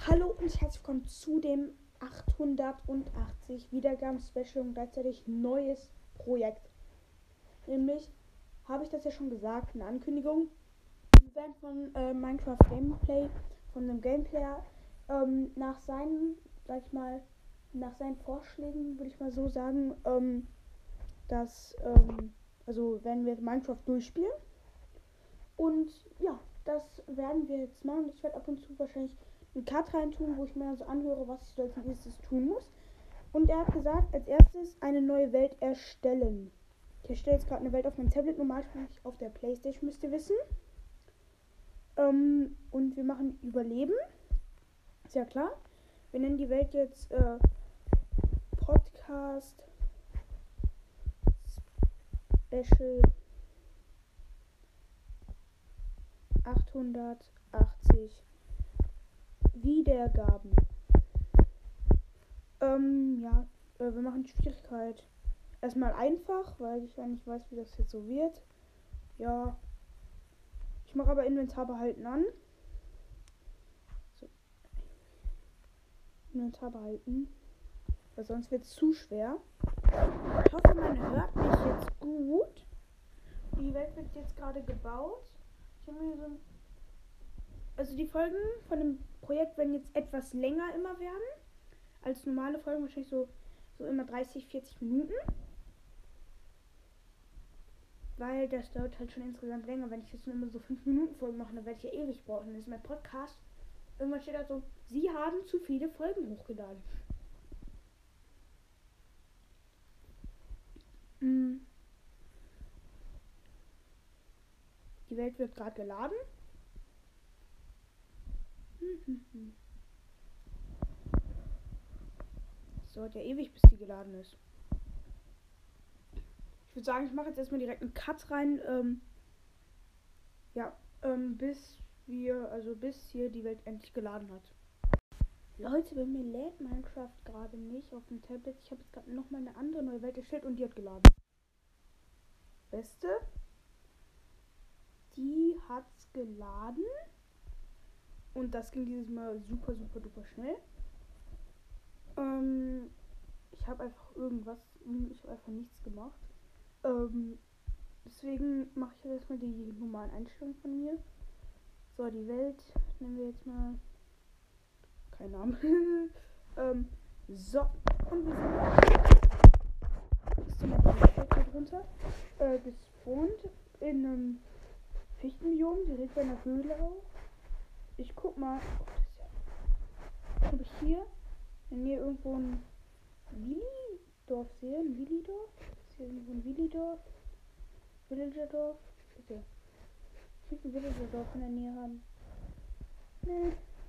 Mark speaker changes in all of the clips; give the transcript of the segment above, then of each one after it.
Speaker 1: Hallo und herzlich willkommen zu dem 880 Wiedergaben-Special und gleichzeitig neues Projekt. Nämlich habe ich das ja schon gesagt, eine Ankündigung. Wir werden von Minecraft Gameplay, von einem Gameplayer, nach seinen, nach seinen Vorschlägen, würde ich mal so sagen, also werden wir Minecraft durchspielen. Und ja, das werden wir jetzt machen. Ich werde ab und zu wahrscheinlich einen Cut rein tun, wo ich mir so anhöre, was ich als nächstes tun muss. Und er hat gesagt, als erstes eine neue Welt erstellen. Ich erstelle jetzt gerade eine Welt auf meinem Tablet, normal spiele ich auf der Playstation, müsst ihr wissen. Und wir machen Überleben. Ist ja klar. Wir nennen die Welt jetzt Podcast Special 880 Wiedergaben. Wir machen die Schwierigkeit erstmal einfach, weil ich ja nicht weiß, wie das jetzt so wird. Ja. Ich mache aber Inventar behalten an. So. Inventar behalten. Weil sonst wird es zu schwer. Ich hoffe, man hört mich jetzt gut. Die Welt wird jetzt gerade gebaut. Ich habe mir also die Folgen von dem Projekt werden jetzt etwas länger immer werden. Als normale Folgen, wahrscheinlich so immer 30, 40 Minuten. Weil das dauert halt schon insgesamt länger. Wenn ich jetzt nur immer so 5 Minuten Folgen mache, dann werde ich ja ewig brauchen. Dann ist mein Podcast. Irgendwann steht da so, Sie haben zu viele Folgen hochgeladen. Die Welt wird gerade geladen. Das dauert ja ewig, bis die geladen ist. Ich würde sagen, ich mache jetzt erstmal direkt einen Cut rein. Bis hier die Welt endlich geladen hat. Leute, bei mir lädt Minecraft gerade nicht auf dem Tablet. Ich habe jetzt gerade nochmal eine andere neue Welt erstellt und die hat geladen. Beste. Die hat's geladen. Und das ging dieses Mal super, super, duper schnell. Ich habe einfach nichts gemacht. Deswegen mache ich jetzt erstmal die normalen Einstellungen von mir. So, die Welt nehmen wir jetzt mal. Kein Name. So. Und wir sind bis zum Welt runter. Gespawnt in einem Fichtenbiom, direkt bei einer Höhle auch. Ich guck mal. Ob ich hier in mir irgendwo ein Willi-Dorf sehe. Ein Willi-Dorf? Ist hier irgendwo ein Willi-Dorf? Villager-Dorf? Bitte. Ich will ein Villager-Dorf in der Nähe haben. Nee.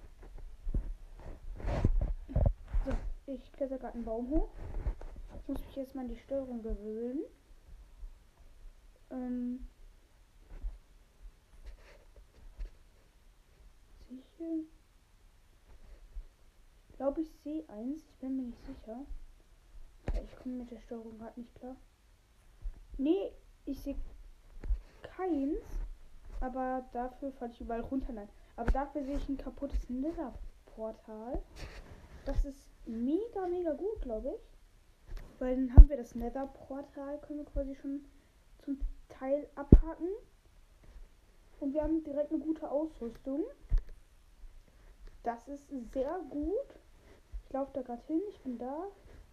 Speaker 1: So, ich kletter gerade einen Baum hoch. Ich muss mich erstmal an die Steuerung gewöhnen. Sicher. Ich glaube, ich sehe eins. Ich bin mir nicht sicher. Ja, ich komme mit der Steuerung gerade nicht klar. Nee, ich sehe keins. Aber dafür falle ich überall runter. Nein. Aber dafür sehe ich ein kaputtes Nether-Portal. Das ist mega, mega gut, glaube ich. Weil dann haben wir das Nether-Portal, können wir quasi schon zum Teil abhaken. Und wir haben direkt eine gute Ausrüstung. Das ist sehr gut. Ich laufe da gerade hin, ich bin da.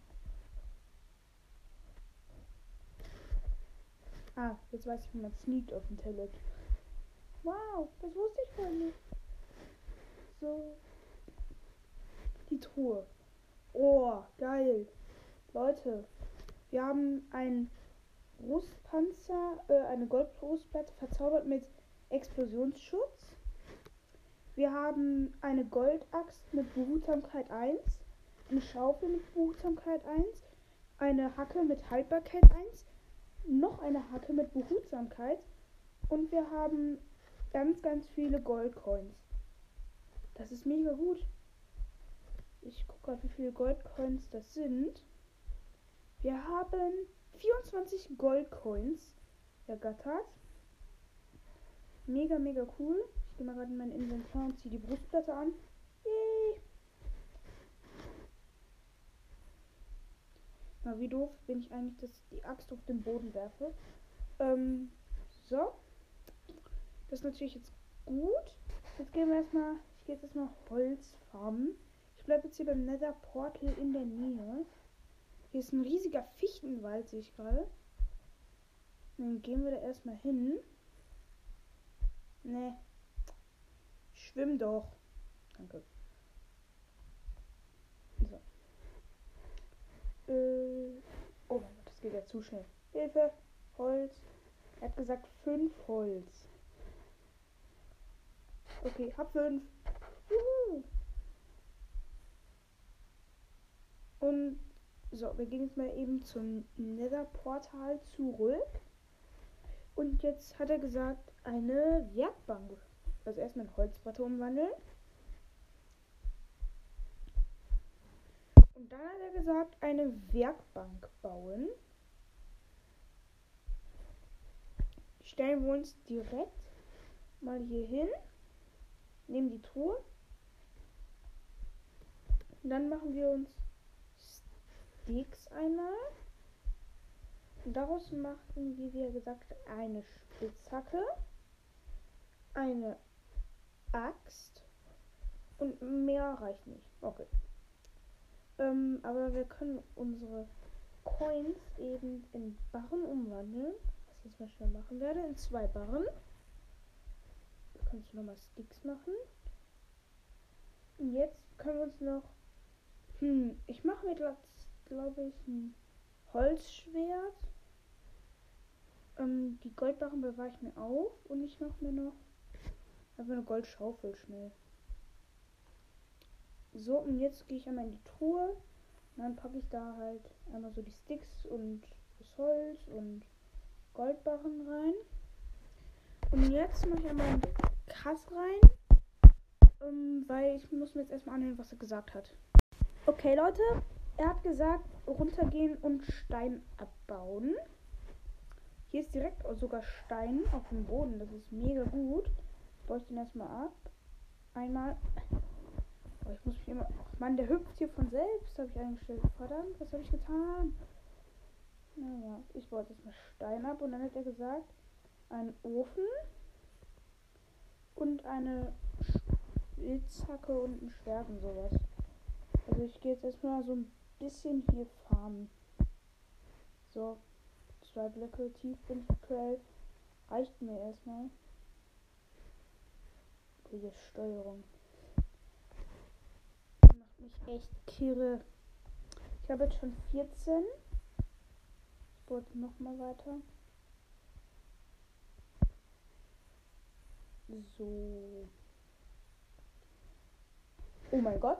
Speaker 1: Ah, jetzt weiß ich, wie man sneakt auf dem Tablet. Wow, das wusste ich vorher nicht. So. Die Truhe. Oh, geil. Leute, wir haben einen Brustpanzer, eine Goldbrustplatte verzaubert mit Explosionsschutz. Wir haben eine Goldaxt mit Behutsamkeit 1, eine Schaufel mit Behutsamkeit 1, eine Hacke mit Haltbarkeit 1, noch eine Hacke mit Behutsamkeit und wir haben ganz, ganz viele Goldcoins. Das ist mega gut. Ich gucke gerade, wie viele Goldcoins das sind. Wir haben 24 Goldcoins ergattert. Mega, mega cool. Ich gehe mal gerade in mein Inventar und ziehe die Brustplatte an. Yay! wie doof bin ich eigentlich, dass ich die Axt auf den Boden werfe. So. Das ist natürlich jetzt gut. Jetzt gehen wir erstmal. Ich gehe jetzt erstmal Holz farmen. Ich bleibe jetzt hier beim Nether Portal in der Nähe. Hier ist ein riesiger Fichtenwald, sehe ich gerade. Dann gehen wir da erstmal hin. Ne. Schwimm doch. Danke. So. Oh mein Gott, das geht ja zu schnell. Hilfe! Holz. Er hat gesagt 5 Holz. Okay, hab 5. Und so, wir gehen jetzt mal eben zum Nether-Portal zurück. Und jetzt hat er gesagt, eine Werkbank. Also erstmal in Holzplatte umwandeln. Und dann hat er gesagt, eine Werkbank bauen. Die stellen wir uns direkt mal hier hin. Nehmen die Truhe. Und dann machen wir uns Sticks einmal. Und daraus machen wir, wie gesagt, eine Spitzhacke, eine Axt und mehr reicht nicht. Okay. Aber wir können unsere Coins eben in Barren umwandeln. Was ich jetzt mal schnell machen werde. In 2 Barren. Da kannst du nochmal Sticks machen. Und jetzt können wir uns noch. Ich mache mir glaube ich, ein Holzschwert. Die Goldbarren bewahre ich mir auf. Und ich mache mir noch einfach eine Goldschaufel schnell. So, und jetzt gehe ich einmal in die Truhe. Und dann packe ich da halt einmal so die Sticks und das Holz und Goldbarren rein. Und jetzt mache ich einmal einen Kass rein. Weil ich muss mir jetzt erstmal anhören, was er gesagt hat. Okay, Leute. Er hat gesagt, runtergehen und Stein abbauen. Hier ist direkt sogar Stein auf dem Boden. Das ist mega gut. Baue ich den erstmal ab. Einmal. Oh, ich muss mich immer. Ach Mann, der hüpft hier von selbst, habe ich eingestellt. Verdammt, was habe ich getan? Naja, ich baue jetzt mal Stein ab und dann hat er gesagt, einen Ofen und eine Spitzhacke und ein Schwert und sowas. Also ich gehe jetzt erstmal so ein bisschen hier farmen. So, 2 Blöcke tief bin ich aktuell. Reicht mir erstmal. Okay, jetzt Steuerung. Macht mich echt kirre. Ich habe jetzt schon 14. Ich baue jetzt nochmal weiter. So. Oh mein Gott.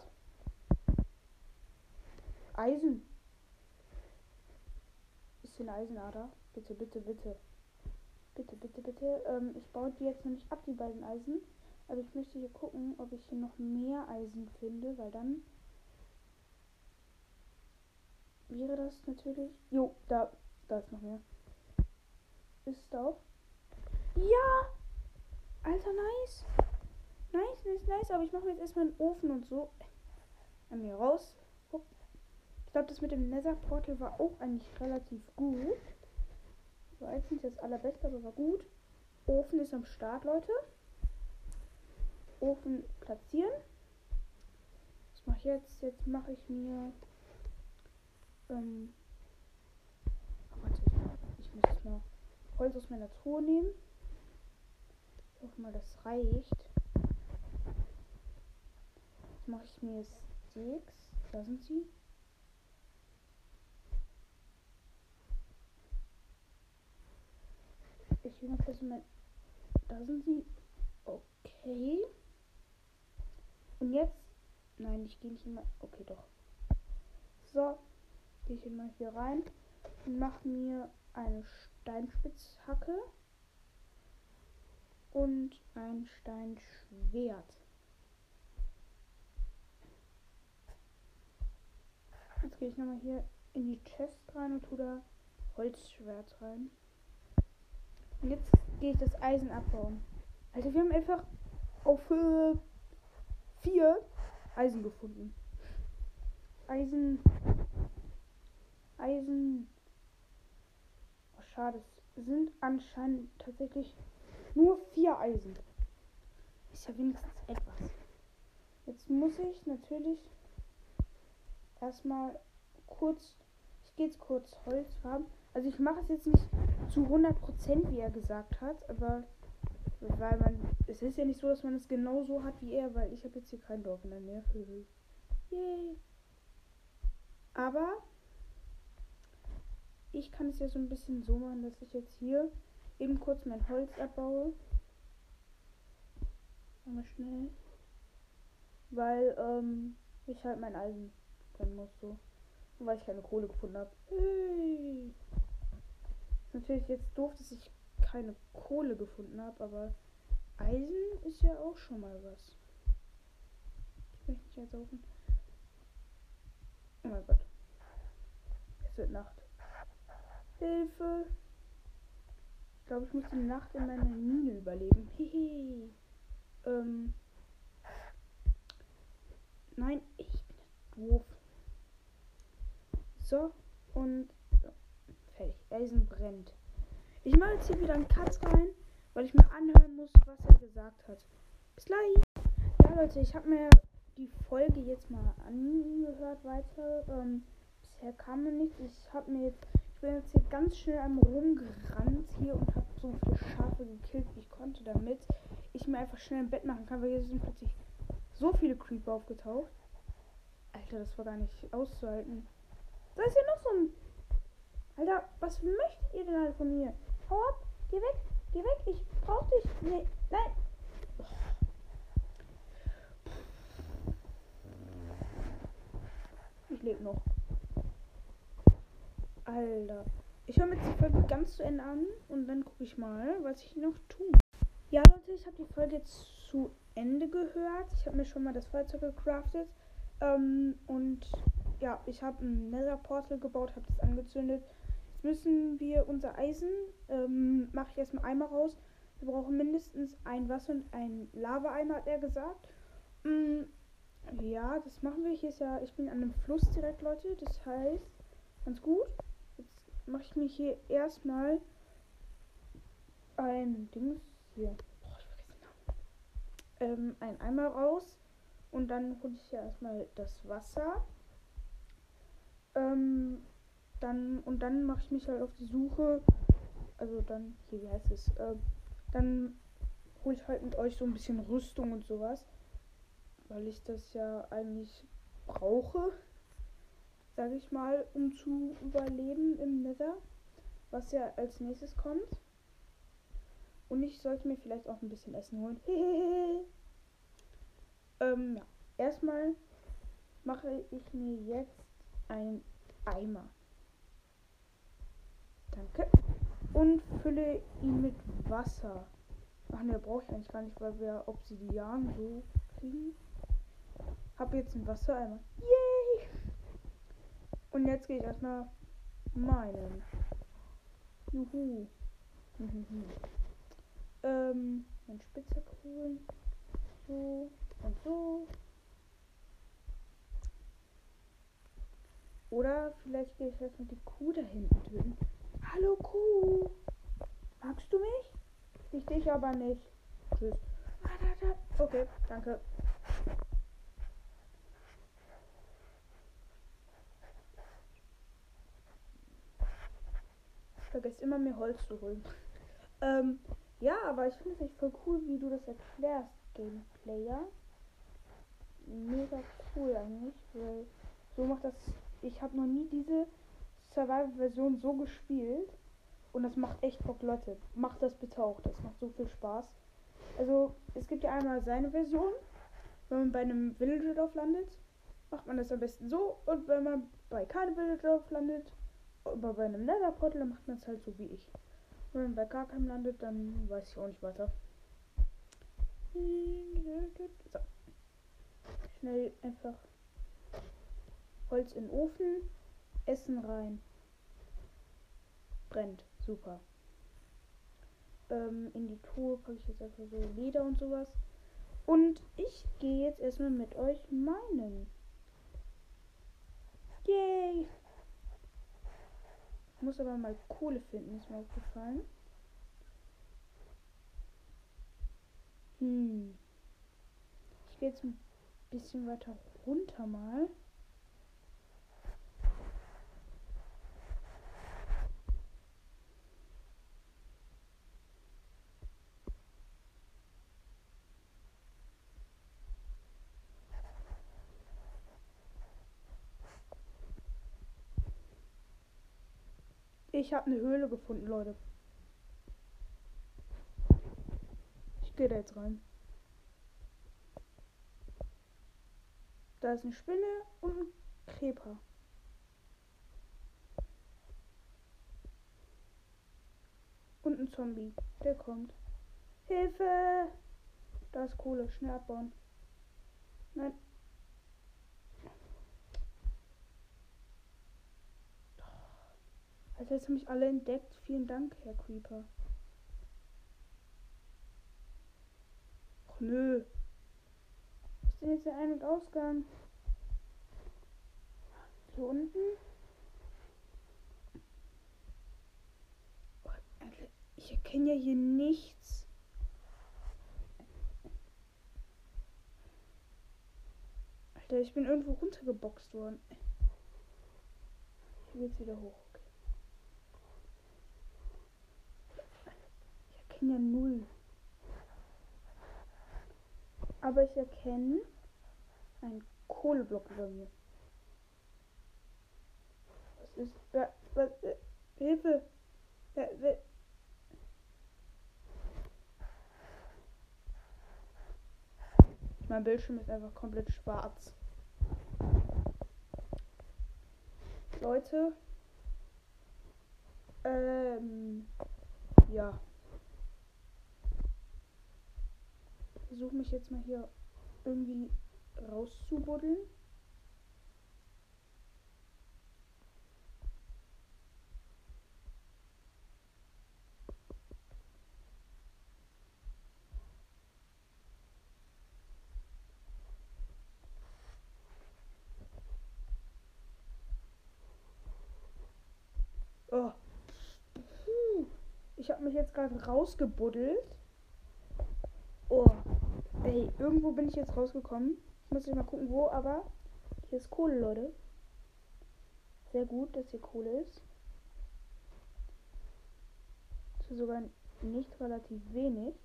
Speaker 1: Eisen. Bisschen Eisenader. Bitte, bitte, bitte. Bitte, bitte, bitte. Ich baue die jetzt noch nicht ab, die beiden Eisen. Aber ich möchte hier gucken, ob ich hier noch mehr Eisen finde, weil dann wäre das natürlich. Jo, da ist noch mehr. Ist es da auch? Ja! Alter, nice! Nice. Aber ich mache mir jetzt erstmal einen Ofen und so. An mir raus. Ich glaube, das mit dem Nether Portal war auch eigentlich relativ gut. War jetzt nicht das allerbeste, aber war gut. Ofen ist am Start, Leute. Ofen platzieren. Was mache ich jetzt? Jetzt mache ich mir. Warte, ich muss jetzt mal Holz aus meiner Truhe nehmen. Ich hoffe mal, das reicht. Jetzt mache ich mir Sticks. Da sind sie. Ich will noch mal. Da sind sie. Okay. Und jetzt. Nein, ich gehe nicht immer. Okay, doch. So. Gehe ich immer hier rein. Und mache mir eine Steinspitzhacke. Und ein Steinschwert. Jetzt gehe ich nochmal hier in die Chest rein und tue da Holzschwert rein. Und jetzt gehe ich das Eisen abbauen. Also wir haben einfach auf 4 Eisen gefunden. Eisen. Oh, schade, es sind anscheinend tatsächlich nur 4 Eisen. Ist ja wenigstens etwas. Jetzt muss ich natürlich erstmal kurz, ich gehe jetzt kurz Holz haben. Also ich mache es jetzt nicht zu 100%, wie er gesagt hat, aber weil es ist ja nicht so, dass man es genau so hat wie er, weil ich habe jetzt hier kein Dorf in der Nähe. Yay. Aber ich kann es ja so ein bisschen so machen, dass ich jetzt hier eben kurz mein Holz abbaue. Mal schnell. Weil ich halt mein Eisen brennen muss so. Und weil ich keine Kohle gefunden habe. Hey. Ist natürlich jetzt doof, dass ich keine Kohle gefunden habe, aber Eisen ist ja auch schon mal was. Ich möchte mich jetzt suchen. Oh mein Gott. Es wird Nacht. Hilfe! Ich glaube, ich muss die Nacht in meiner Mine überleben. Hehe. Nein, ich bin doof. So, und so. Fertig. Eisen brennt. Ich mache jetzt hier wieder einen Cut rein, weil ich mir anhören muss, was er gesagt hat. Bis gleich. Ja, Leute, ich habe mir die Folge jetzt mal angehört weiter. Bisher kam mir nichts. Ich bin jetzt hier ganz schnell am rumgerannt hier und habe so viele Schafe gekillt, wie ich konnte, damit ich mir einfach schnell ein Bett machen kann, weil hier sind plötzlich so viele Creeper aufgetaucht. Alter, das war gar nicht auszuhalten. Da ist hier noch so ein... Alter, was möchtet ihr denn halt von mir? Hau ab, geh weg, ich brauch dich. Nee, nein. Ich lebe noch. Alter. Ich höre mir jetzt die Folge ganz zu Ende an und dann gucke ich mal, was ich noch tue. Ja, Leute, ich habe die Folge jetzt zu Ende gehört. Ich habe mir schon mal das Feuerzeug gecraftet. Und ja, ich habe ein Nether-Portal gebaut, habe das angezündet. Jetzt müssen wir unser Eisen, mache ich erstmal Eimer raus. Wir brauchen mindestens ein Wasser- und ein Lava-Eimer, hat er gesagt. Ja, das machen wir. Hier ist ja, ich bin an einem Fluss direkt, Leute. Das heißt, ganz gut. Jetzt mache ich mir hier erstmal ein Dings hier. Boah, ich vergesse den Namen. Ein Eimer raus. Und dann hole ich ja erstmal das Wasser. Dann mache ich mich halt auf die Suche. Also dann, hier, wie heißt es? Dann hole ich halt mit euch so ein bisschen Rüstung und sowas. Weil ich das ja eigentlich brauche, sage ich mal, um zu überleben im Nether. Was ja als nächstes kommt. Und ich sollte mir vielleicht auch ein bisschen Essen holen. Ja. Erstmal mache ich mir jetzt einen Eimer. Danke. Und fülle ihn mit Wasser. Ach ne, brauche ich eigentlich gar nicht, weil wir Obsidian so kriegen. Habe jetzt einen Wassereimer. Yay! Und jetzt gehe ich erstmal meinen. Juhu. Mein Spitzhack holen. So und so. Oder vielleicht gehe ich jetzt mit die Kuh da hinten töten. Hallo Kuh. Magst du mich? Ich dich aber nicht. Tschüss. Okay, danke. Vergesst immer mehr Holz zu holen. Ja, aber ich finde es echt voll cool, wie du das erklärst, Gameplayer. Mega cool eigentlich, weil so macht das. Ich habe noch nie diese Survival-Version so gespielt und das macht echt Bock, Leute. Macht das bitte auch, das macht so viel Spaß. Also, es gibt ja einmal seine Version, wenn man bei einem Villager-Dorf landet, macht man das am besten so, und wenn man bei keinem Villager-Dorf landet, aber bei einem Nether-Portal, dann macht man es halt so wie ich. Und wenn man bei gar keinem landet, dann weiß ich auch nicht weiter. So. Schnell einfach Holz in den Ofen, Essen rein. Brennt, super. In die Truhe packe ich jetzt einfach so Leder und sowas. Und ich gehe jetzt erstmal mit euch meinen. Yay! muss aber mal Kohle finden, ist mir aufgefallen. Ich gehe jetzt ein bisschen weiter runter mal. Ich habe eine Höhle gefunden, Leute. Ich gehe da jetzt rein. Da ist eine Spinne und ein Creeper. Und ein Zombie. Der kommt. Hilfe! Da ist Kohle. Schnell abbauen. Nein. Also jetzt haben mich alle entdeckt. Vielen Dank, Herr Creeper. Och nö. Was ist denn jetzt der Ein- und Ausgang? Hier unten? Oh, ich erkenne ja hier nichts. Alter, ich bin irgendwo runtergeboxt worden. Hier geht's wieder hoch. Okay. Ich erkenne ja null. Aber ich erkenne einen Kohleblock über mir. Was ist. Hilfe! Mein Bildschirm ist einfach komplett schwarz. Leute. Ja. Ich versuche mich jetzt mal hier irgendwie rauszubuddeln. Oh. Ich habe mich jetzt gerade rausgebuddelt. Oh. Ey, irgendwo bin ich jetzt rausgekommen. Ich muss nicht mal gucken, wo, aber hier ist Kohle, Leute. Sehr gut, dass hier Kohle ist. Das ist sogar nicht relativ wenig.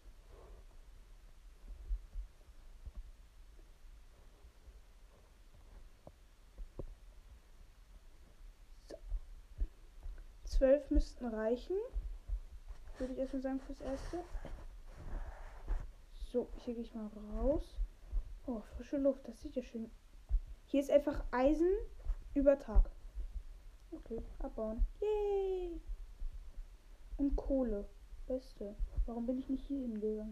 Speaker 1: So. 12 müssten reichen. Würde ich erstmal sagen fürs Erste. So, hier gehe ich mal raus. Oh, frische Luft, das sieht ja schön. Hier ist einfach Eisen über Tag. Okay, abbauen. Yay! Und Kohle. Beste. Warum bin ich nicht hier hingegangen?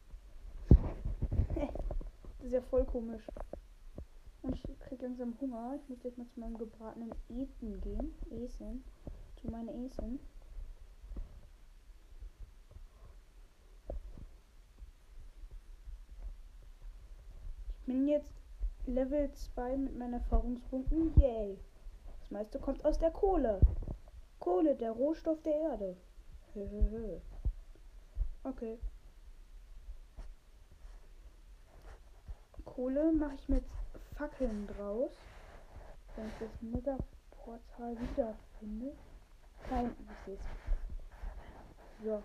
Speaker 1: Das ist ja voll komisch. Und ich krieg langsam Hunger. Ich muss jetzt mal zu meinem gebratenen Eten gehen. Essen. Zu meinem Essen. Ich bin jetzt Level 2 mit meinen Erfahrungspunkten. Yay. Das meiste kommt aus der Kohle. Kohle, der Rohstoff der Erde. Okay. Kohle mache ich mit Fackeln draus. Wenn ich das Nether-Portal wiederfinde. Nein, ich sehe es. So.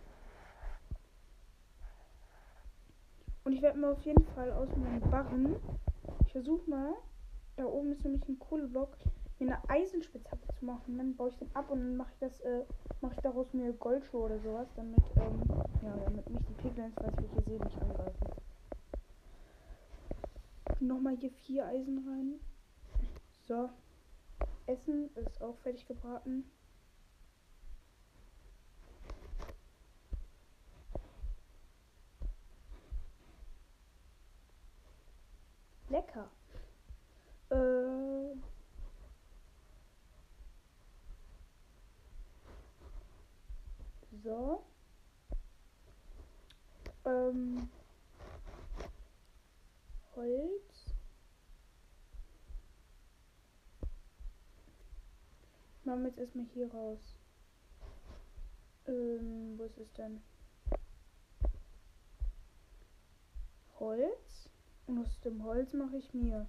Speaker 1: Und ich werde mir auf jeden Fall aus meinem Barren. Ich versuche mal. Da oben ist nämlich ein Kohleblock. Mir eine Eisenspitzhacke zu machen. Dann baue ich den ab und dann mache ich daraus mir Goldschuhe oder sowas, damit damit mich die Piglins, falls wir hier sehen, nicht angreifen. Nochmal hier 4 Eisen rein. So. Essen ist auch fertig gebraten. Lecker. So. Holz. Machen wir jetzt erstmal hier raus. wo ist es denn? Holz. Und aus dem Holz mache ich mir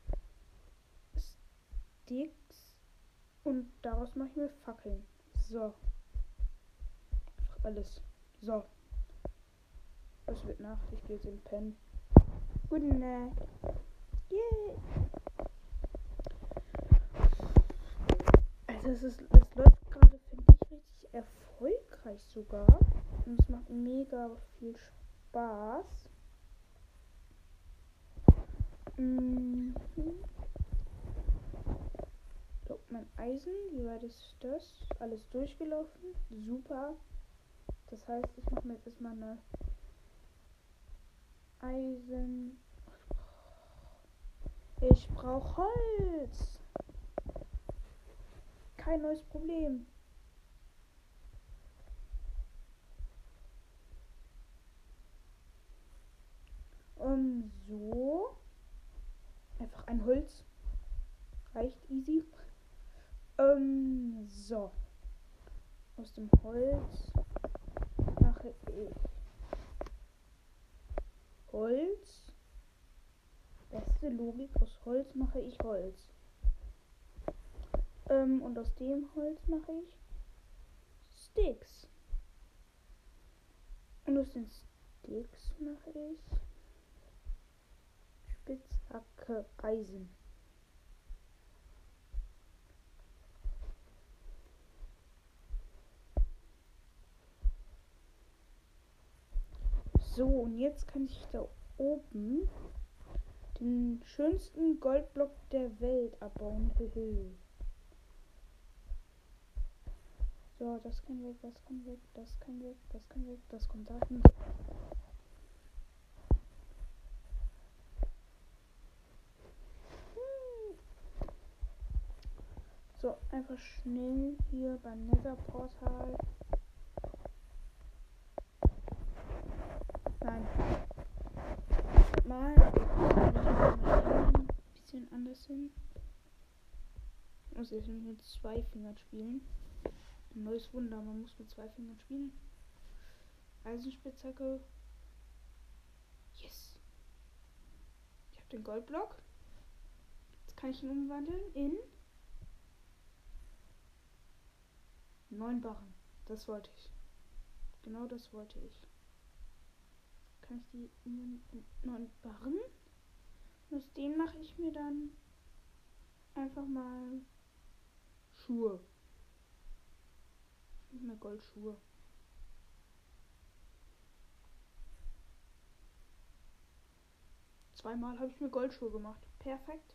Speaker 1: Sticks. Und daraus mache ich mir Fackeln. So. Einfach alles. So. Es wird Nacht. Ich gehe jetzt in Pen. Gute Nacht. Yeah. Also es läuft gerade, finde ich, richtig erfolgreich sogar. Und es macht mega viel Spaß. So, mein Eisen, wie weit ist das? Alles durchgelaufen. Super. Das heißt, ich mache mir jetzt erstmal eine Eisen. Ich brauche Holz. Kein neues Problem. So. Einfach ein Holz. Reicht easy. So. Aus dem Holz mache ich Holz. Beste Logik, aus Holz mache ich Holz. Und aus dem Holz mache ich Sticks. Und aus den Sticks mache ich Spitzhacke Eisen. So, und jetzt kann ich da oben den schönsten Goldblock der Welt abbauen. So, das kann weg, das kann weg, das kann weg, das kann weg, das kommt da hin. So, einfach schnell hier beim Nether-Portal. Nein. Mal ein bisschen anders hin. Ich muss jetzt mit 2 Fingern spielen. Ein neues Wunder, man muss mit 2 Fingern spielen. Eisenspitzhacke. Yes. Ich habe den Goldblock. Jetzt kann ich ihn umwandeln in 9 Barren. Das wollte ich. Genau das wollte ich. Kann ich die in 9 Barren? Und aus denen mache ich mir dann einfach mal Schuhe. Nicht mehr Goldschuhe. Zweimal habe ich mir Goldschuhe gemacht. Perfekt.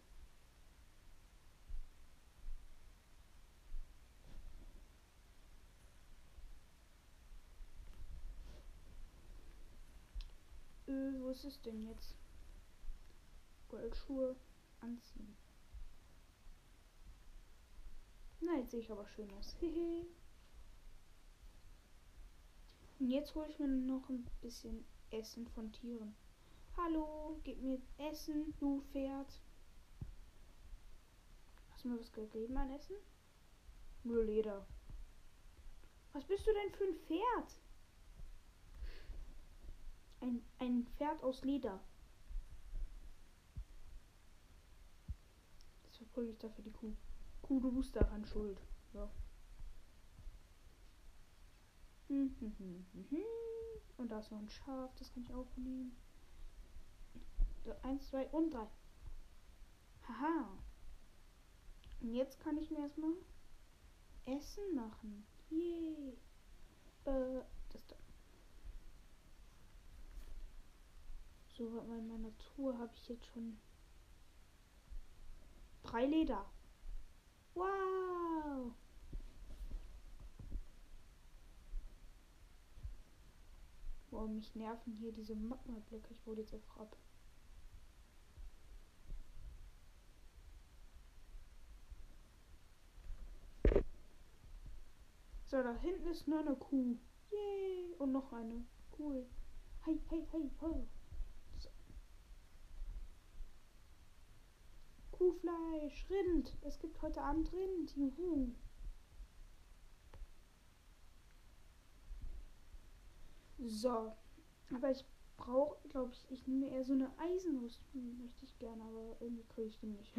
Speaker 1: Wo ist es denn jetzt? Goldschuhe anziehen. Na, jetzt sehe ich aber schön aus. Und jetzt hole ich mir noch ein bisschen Essen von Tieren. Hallo, gib mir Essen, du Pferd. Hast du mir was gegeben an Essen? Nur Leder. Was bist du denn für ein Pferd? Ein Pferd aus Leder. Jetzt verprügel ich dafür die Kuh. Kuh, du bist daran schuld. So. Und da ist noch ein Schaf, das kann ich auch nehmen. So, 1, 2 und 3. Haha. Und jetzt kann ich mir erstmal Essen machen. Yay. Das da. So, in meiner Truhe habe ich jetzt schon 3 Leder. Wow. Boah, mich nerven hier diese Magma-Blöcke. Ich wurde jetzt einfach ab. So, da hinten ist nur eine Kuh. Yay. Und noch eine. Cool. Hey, hey, hey, ho. So. Kuhfleisch, Rind. Es gibt heute Abend Rind. Juhu. So. Aber ich brauche, glaube ich nehme eher so eine Eisenrüstung. Möchte ich gerne, aber irgendwie kriege ich die nicht.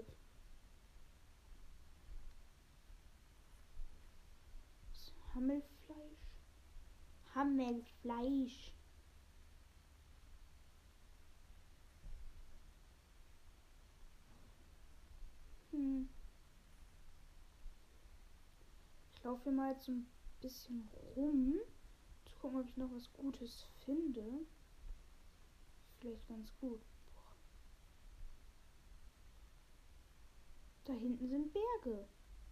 Speaker 1: Hammelfleisch. Hammelfleisch. Hm. Ich laufe hier mal jetzt so ein bisschen rum. Zu gucken, ob ich noch was Gutes finde. Vielleicht ganz gut. Boah. Da hinten sind Berge.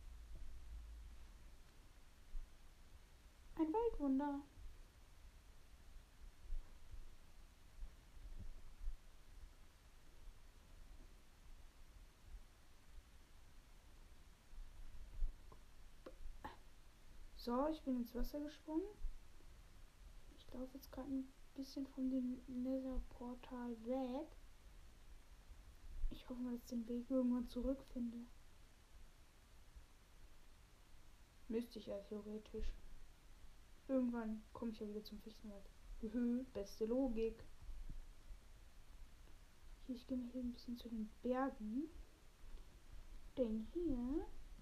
Speaker 1: Ein Waldwunder. So, ich bin ins Wasser gesprungen. Ich laufe jetzt gerade ein bisschen von dem Nether-Portal weg. Ich hoffe mal, dass ich den Weg irgendwann zurückfinde. Müsste ich ja theoretisch. Irgendwann komme ich ja wieder zum Fichtenwald. Beste Logik. Hier, ich gehe mal hier ein bisschen zu den Bergen. Denn hier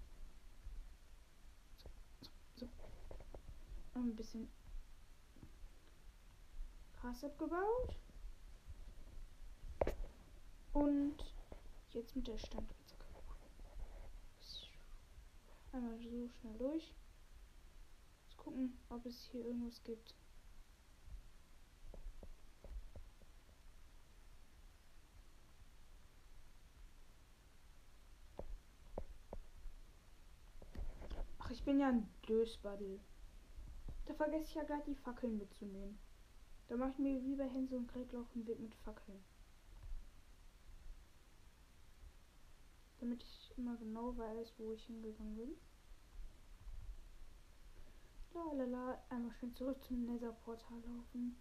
Speaker 1: so, ein bisschen Gras abgebaut. Und jetzt mit der Standpizzacke. Einmal so schnell durch. Jetzt gucken, ob es hier irgendwas gibt. Ach, ich bin ja ein Dösbaddel. Da vergesse ich ja gleich die Fackeln mitzunehmen. Da mache ich mir wie bei Hänsel und Gretel auch einen Weg mit Fackeln. Damit ich immer genau weiß, wo ich hingegangen bin. Lalala, einmal schön zurück zum Nether-Portal laufen.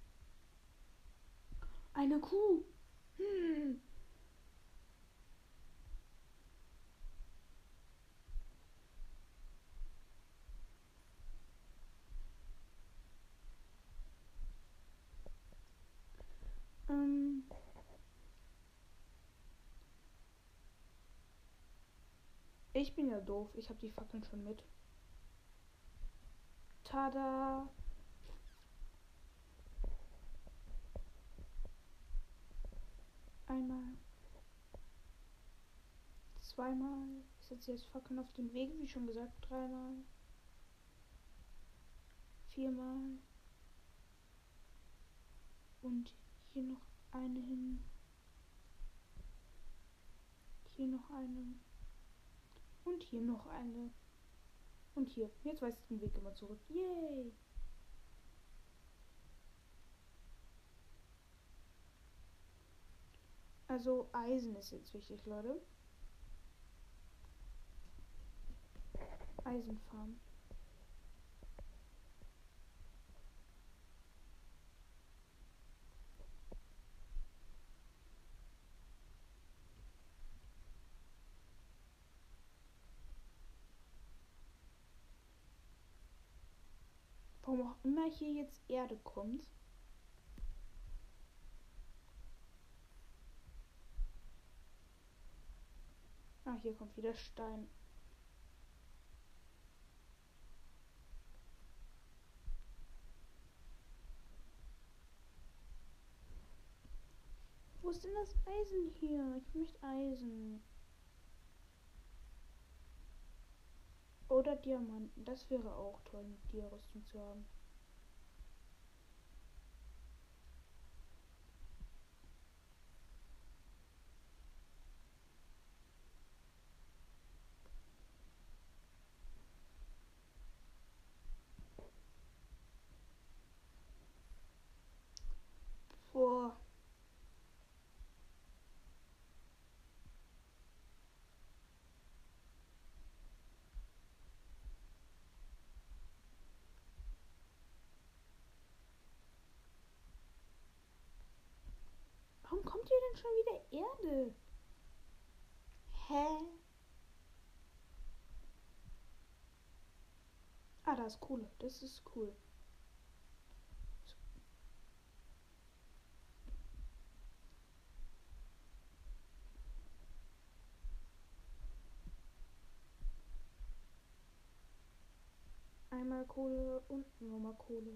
Speaker 1: Eine Kuh! Hm. Ähm. Ich bin ja doof. Ich habe die Fackeln schon mit. Tada! Einmal. Zweimal. Ich setze jetzt Fackeln auf den Weg, wie schon gesagt. Dreimal. Viermal. Und hier noch eine hin. Hier noch eine. Und hier noch eine. Und hier. Jetzt weiß ich den Weg immer zurück. Yay! Also Eisen ist jetzt wichtig, Leute. Eisenfarm. Warum auch immer hier jetzt Erde kommt. Ah, hier kommt wieder Stein. Wo ist denn das Eisen hier? Ich möchte Eisen. Oder Diamanten. Das wäre auch toll, eine Dia-Rüstung zu haben. Boah. Warum kommt hier denn schon wieder Erde? Hä? Ah, da ist Kohle. Das ist cool. einmal Kohle und nochmal Kohle.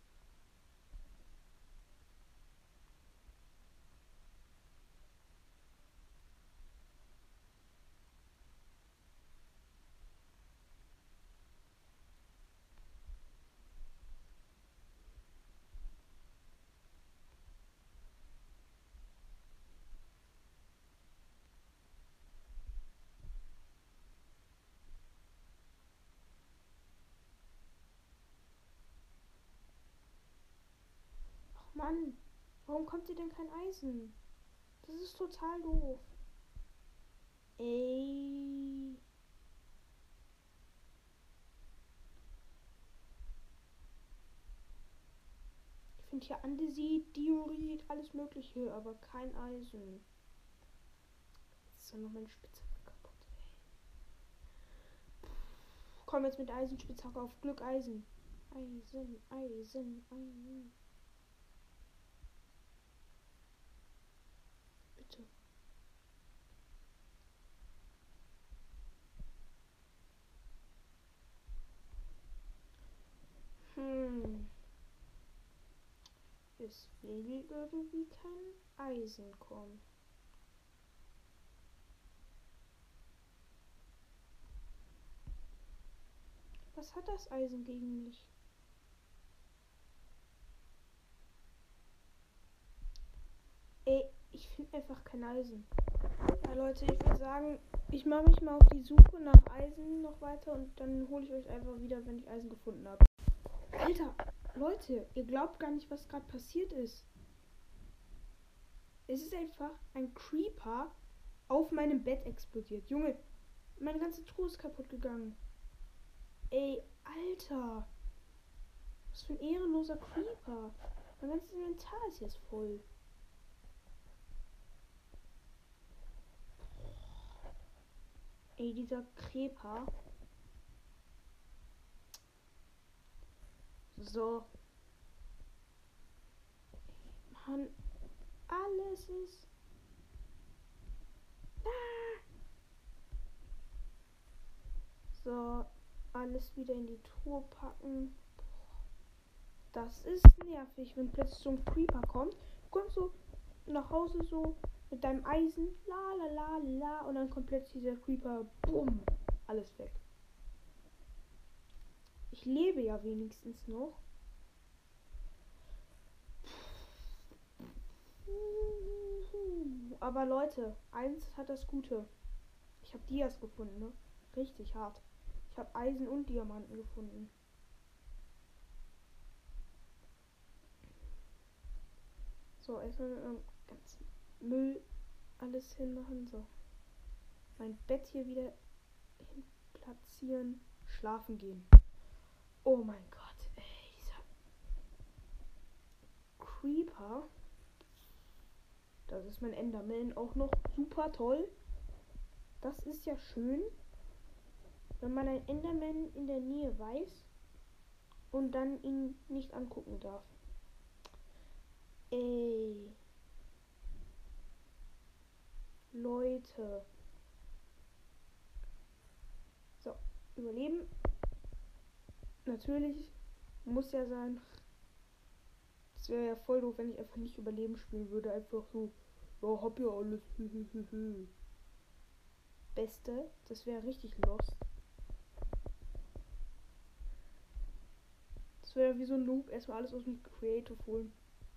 Speaker 1: Ach Mann, warum kommt hier denn kein Eisen? Das ist total doof. Ey. Ich finde hier Andesit, Diorit, alles mögliche, aber kein Eisen. Jetzt ist doch noch meine Spitzhacke kaputt, ey. Komm jetzt mit Eisenspitzhacke auf Glück Eisen. Eisen, Eisen, Eisen. Bitte. Es will irgendwie kein Eisen kommen. Was hat das Eisen gegen mich? Ey, ich finde einfach kein Eisen. Ja, Leute, ich würde sagen, ich mache mich mal auf die Suche nach Eisen noch weiter und dann hole ich euch einfach wieder, wenn ich Eisen gefunden habe. Alter, Leute, ihr glaubt gar nicht, was gerade passiert ist. Es ist einfach ein Creeper auf meinem Bett explodiert. Junge, meine ganze Truhe ist kaputt gegangen. Ey, Alter. Was für ein ehrenloser Creeper. Mein ganzes Inventar ist jetzt voll. Ey, dieser Creeper. So. Mann, alles ist... Ah. So, alles wieder in die Truhe packen. Das ist nervig, wenn plötzlich so ein Creeper kommt. Du kommst so nach Hause so mit deinem Eisen, la la la la, und dann kommt plötzlich dieser Creeper, bumm, alles weg. Ich lebe ja wenigstens noch. Aber Leute, eins hat das Gute. Ich habe Dias gefunden, ne? Richtig hart. Ich habe Eisen und Diamanten gefunden. So, erstmal mit meinem ganzen Müll alles hinmachen. So. Mein Bett hier wieder hin platzieren. Schlafen gehen. Oh mein Gott, ey, dieser Creeper. Das ist mein Enderman auch noch super toll. Das ist ja schön, wenn man einen Enderman in der Nähe weiß und dann ihn nicht angucken darf. Ey. Leute. So, überleben. Natürlich. Muss ja sein. Das wäre ja voll doof, wenn ich einfach nicht überleben spielen würde. Einfach so, ja, hab ja alles. Beste. Das wäre richtig lost. Das wäre wie so ein Noob. Erstmal alles aus dem Creative holen.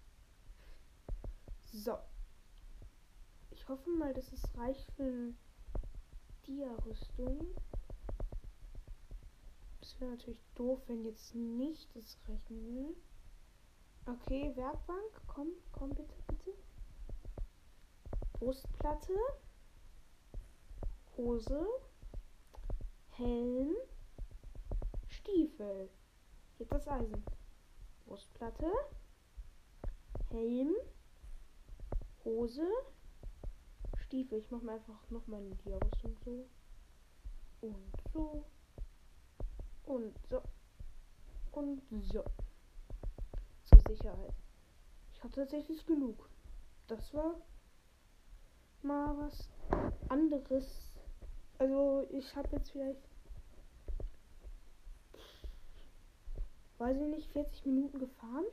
Speaker 1: So. Ich hoffe mal, dass es reicht für eine Dia-Rüstung. Das wäre natürlich doof, wenn jetzt nicht das reichen will. Okay, Werkbank. Komm, komm bitte, bitte. Brustplatte. Hose. Helm. Stiefel. Jetzt das Eisen. Brustplatte. Helm. Hose. Stiefel. Ich mache mir einfach nochmal eine Dia-Rüstung so. Und so. Und so. Und so. Zur Sicherheit. Ich habe tatsächlich genug. Das war mal was anderes. Also ich habe jetzt vielleicht weiß ich nicht, 40 Minuten gefarmt.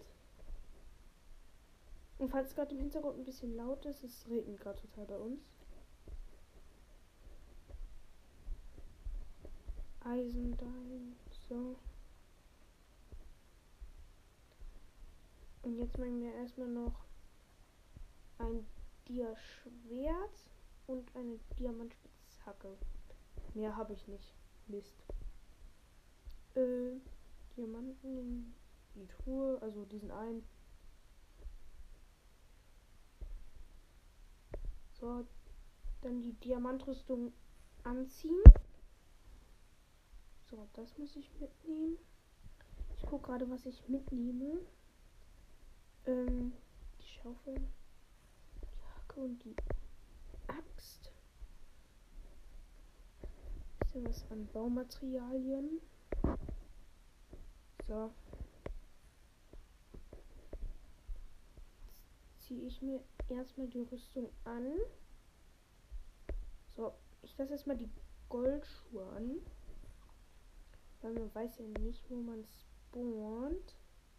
Speaker 1: Und falls es gerade im Hintergrund ein bisschen laut ist, es regnet gerade total bei uns. Eisendein, so. Und jetzt machen wir erstmal noch ein Dia-Schwert und eine Diamantspitzhacke. Mehr habe ich nicht. Mist. Diamanten in die Truhe, also diesen einen. So, dann die Diamantrüstung anziehen. So, das muss ich mitnehmen. Ich gucke gerade, was ich mitnehme. Die Schaufel, die Hacke und die Axt. Bisschen was an Baumaterialien. So. Jetzt ziehe ich mir erstmal die Rüstung an. So, ich lasse erstmal die Goldschuhe an. Weil man weiß ja nicht, wo man spawnt.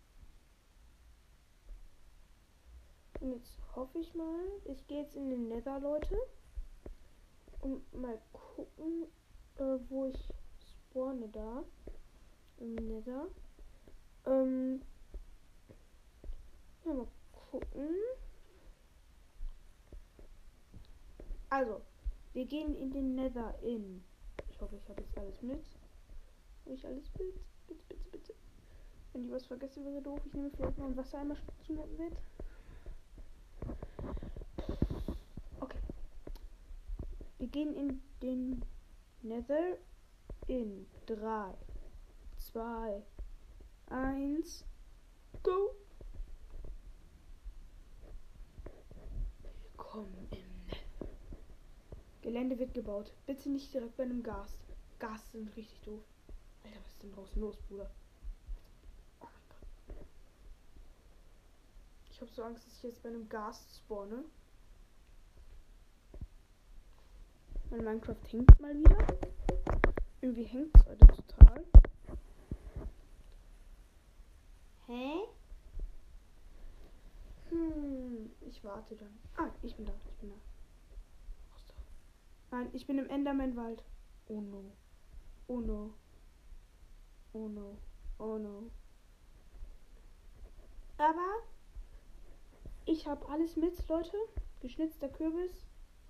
Speaker 1: Und jetzt hoffe ich mal, ich gehe jetzt in den Nether, Leute. Und mal gucken, wo ich spawne da. Im Nether. Ja, mal gucken. Also, wir gehen in den Nether in. Ich hoffe, ich habe jetzt alles mit. Habe ich alles mit? Bitte, bitte, bitte. Wenn ich was vergesse, wäre doof. Ich nehme vielleicht noch ein Wassereimer mit. Okay. Wir gehen in den Nether in 3, 2, 1, go! Willkommen im Nether. Gelände wird gebaut. Bitte nicht direkt bei einem Gas. Gas sind richtig doof. Alter, was ist denn draußen los, Bruder? Oh mein Gott. Ich habe so Angst, dass ich jetzt bei einem Gas spawne. Mein Minecraft hängt mal wieder. Irgendwie hängt es heute total. Hä? Ich warte dann. Ah, ich bin da. Nein, ich bin im Enderman-Wald. Oh no. Oh no. Oh no. Oh no. Aber ich habe alles mit, Leute. Geschnitzter Kürbis.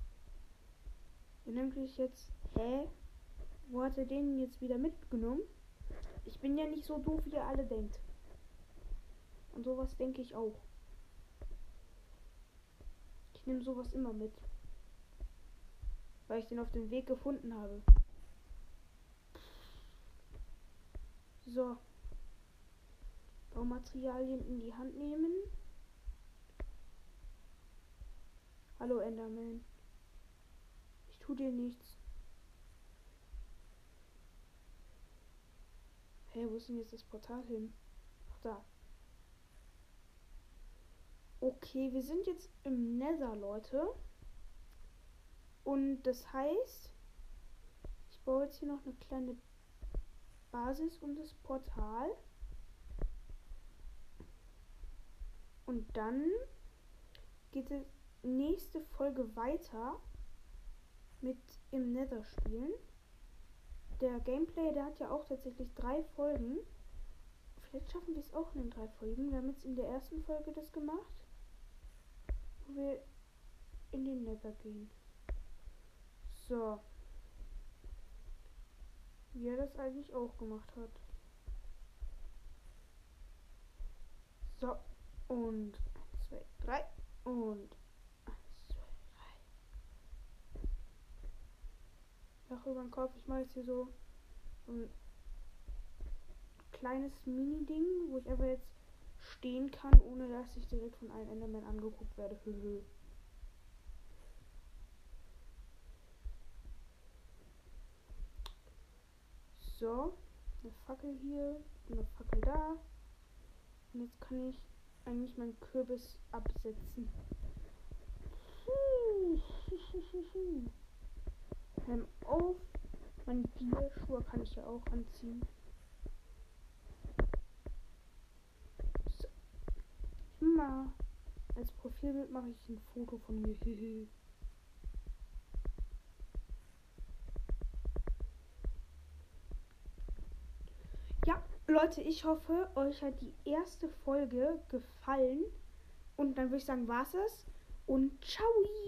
Speaker 1: Nämlich jetzt. Hä? Wo hat er den jetzt wieder mitgenommen? Ich bin ja nicht so doof, wie ihr alle denkt. Und sowas denke ich auch. Ich nehme sowas immer mit. Weil ich den auf dem Weg gefunden habe. So. Baumaterialien in die Hand nehmen. Hallo Enderman. Ich tue dir nichts. Hey, wo ist denn jetzt das Portal hin? Ach, da. Okay, wir sind jetzt im Nether, Leute. Und das heißt, ich baue jetzt hier noch eine kleine Basis um das Portal. Und dann geht die nächste Folge weiter mit im Nether spielen. Der Gameplay, der hat ja auch tatsächlich 3 Folgen. Vielleicht schaffen wir es auch in den 3 Folgen. Wir haben jetzt in der ersten Folge das gemacht, wo wir in den Nether gehen. So. Wie er das eigentlich auch gemacht hat. So. Und 1, 2, 3. Und 1, 2, 3. Dach über den Kopf. Ich mache jetzt hier so ein kleines Mini-Ding, wo ich einfach jetzt stehen kann, ohne dass ich direkt von allen Enderman angeguckt werde. So, eine Fackel hier, eine Fackel da. Und jetzt kann ich eigentlich meinen Kürbis absetzen. Helm auf. Meine Dia-Schuhe kann ich ja auch anziehen. immer. Als Profilbild mache ich ein Foto von mir. Ja, Leute, ich hoffe, euch hat die erste Folge gefallen. Und dann würde ich sagen, war's es. Und ciao!